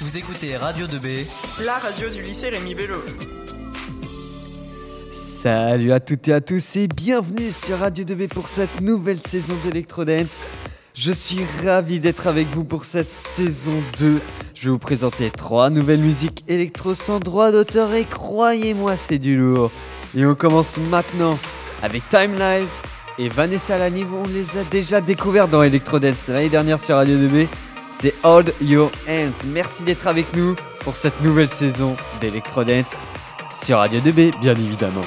Vous écoutez Radio 2B, la radio du lycée Rémi Bello. Salut à toutes et à tous et bienvenue sur Radio 2B pour cette nouvelle saison d'Electrodance. Je suis ravi d'être avec vous pour cette saison 2. Je vais vous présenter 3 nouvelles musiques électro sans droit d'auteur et croyez-moi c'est du lourd. Et on commence maintenant avec Time Life et Vanessa Lani. On les a déjà découverts dans Electrodance l'année dernière sur Radio 2B. C'est Hold Your Hands. Merci d'être avec nous pour cette nouvelle saison d'Electrodance sur Radio 2B bien évidemment.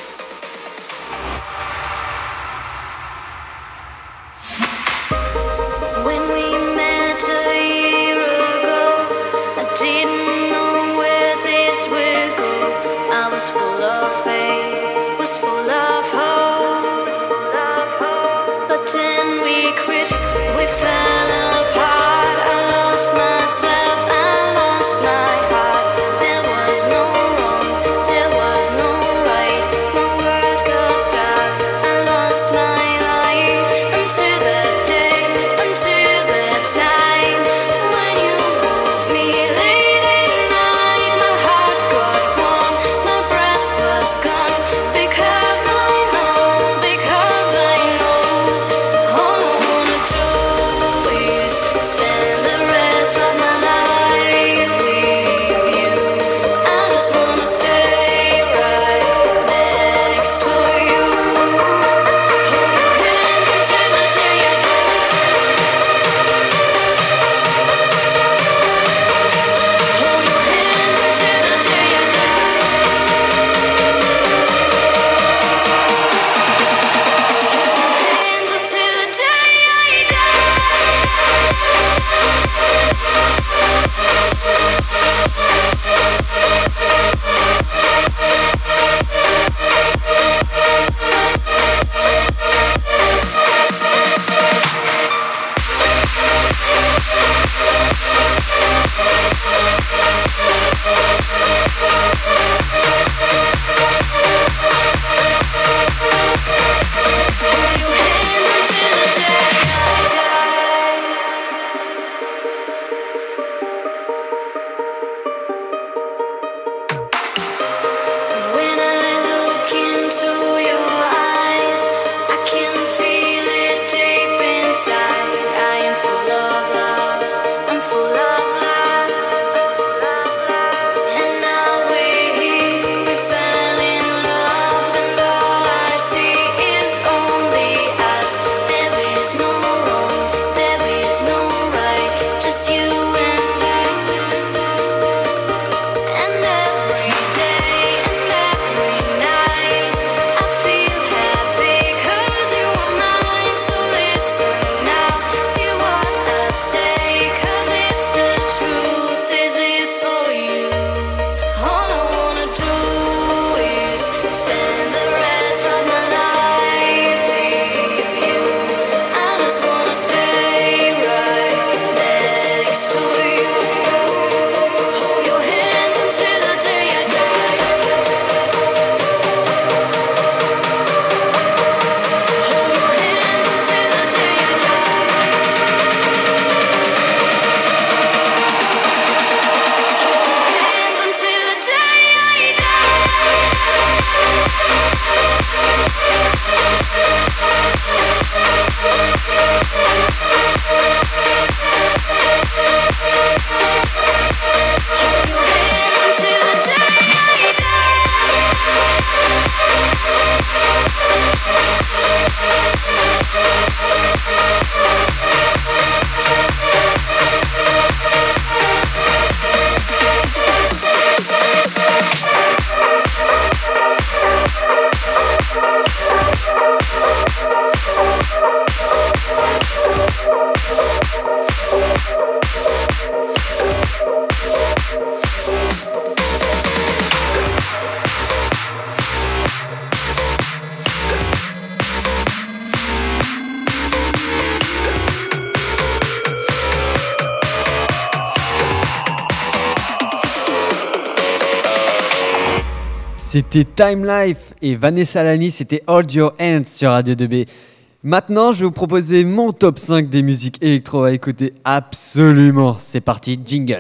C'était Time Life et Vanessa Lani, c'était Hold Your Hands sur Radio 2B. Maintenant, je vais vous proposer mon top 5 des musiques électro à écouter absolument. C'est parti, jingle.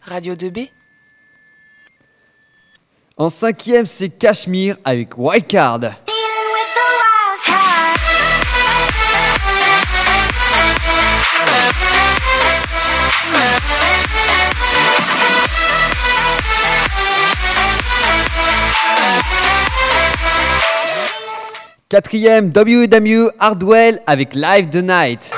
Radio 2B. En 5e, c'est Cashmere avec Wildcard. Quatrième, WW Hardwell avec Live the Night.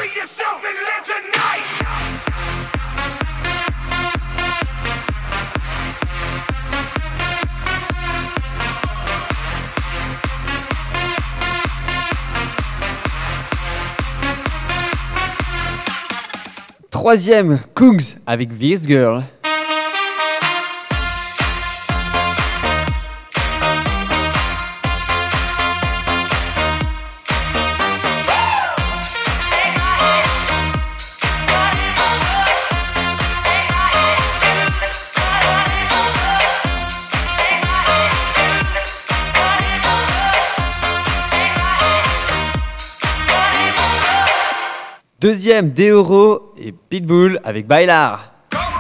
Troisième, Kungs avec This Girl. Deuxième, Deoro et Pitbull avec Bailar.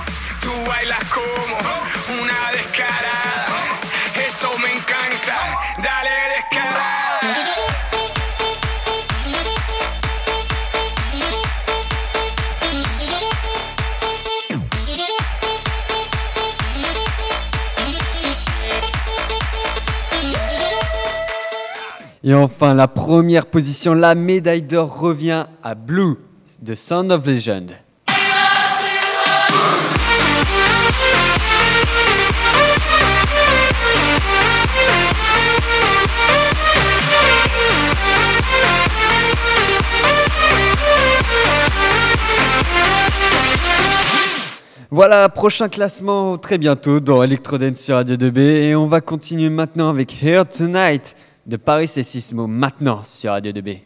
Et enfin, la première position, la médaille d'or revient à Blue de Sound of Legend. Voilà, prochain classement très bientôt dans Electrodance sur Radio 2B et on va continuer maintenant avec Here Tonight de Paris et Sismo maintenant sur Radio 2B.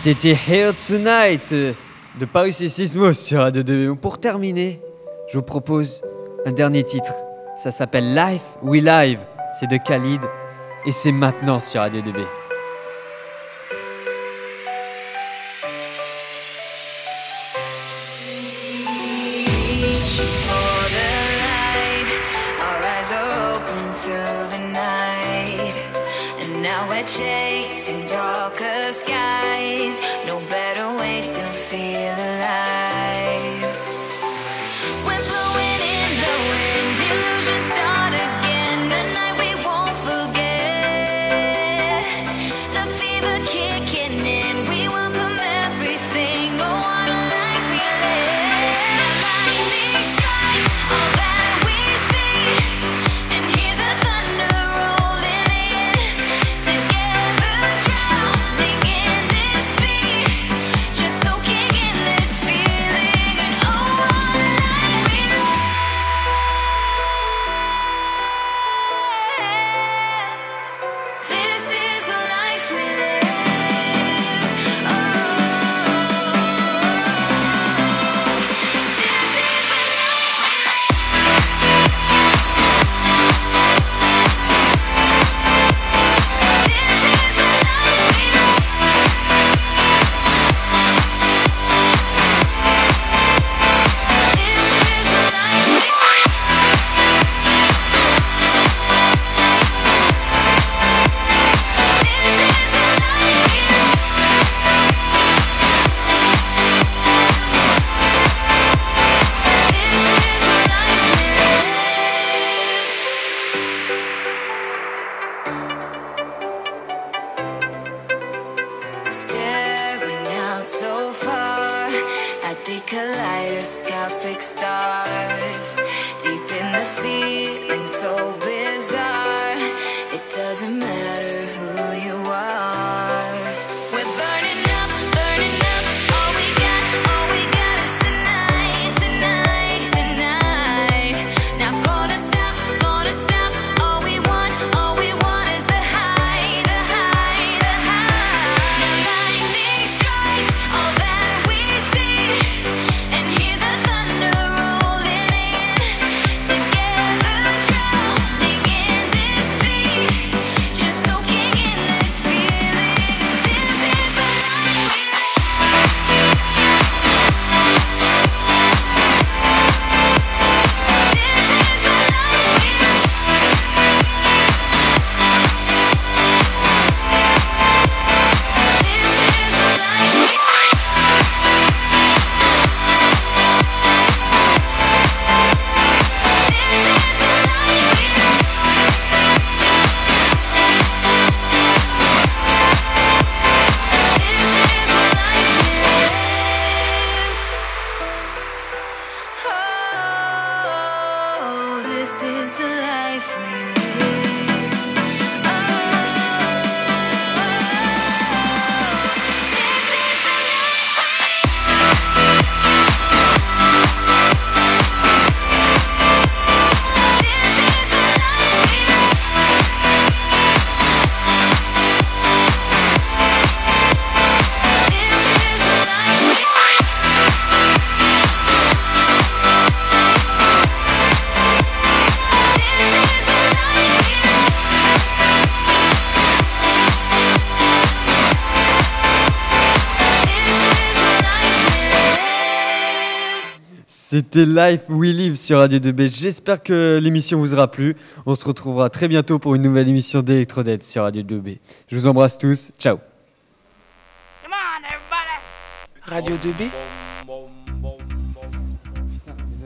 C'était Here Tonight de Paris et Sismos sur Radio 2B. Pour terminer, je vous propose un dernier titre. Ça s'appelle Life We Live. C'est de Khalid et c'est maintenant sur Radio 2B. Chasing darker skies, no better way to feel alive. We're blowing in the wind, illusions start again. The night we won't forget. The fever kicking in, we welcome everything. Oh, what a life we live. Lightning strikes all that we see, and hear the thunder rolling in. Kaleidoscopic stars, deep in the feeling so bizarre. It doesn't matter who you are. We're burning up, all we got is tonight, tonight, tonight. Not gonna stop, all we want is the high, the high, the high. Lightning strikes all that we see, and hear the thunder rolling in. Together drowning in this beat, just soaking in this feeling. This is the life we live. This is the life we live. Oh, this is the life we live. C'était Life We Live sur Radio 2B. J'espère que l'émission vous aura plu. On se retrouvera très bientôt pour une nouvelle émission d'Electrodance sur Radio 2B. Je vous embrasse tous. Ciao. Radio 2B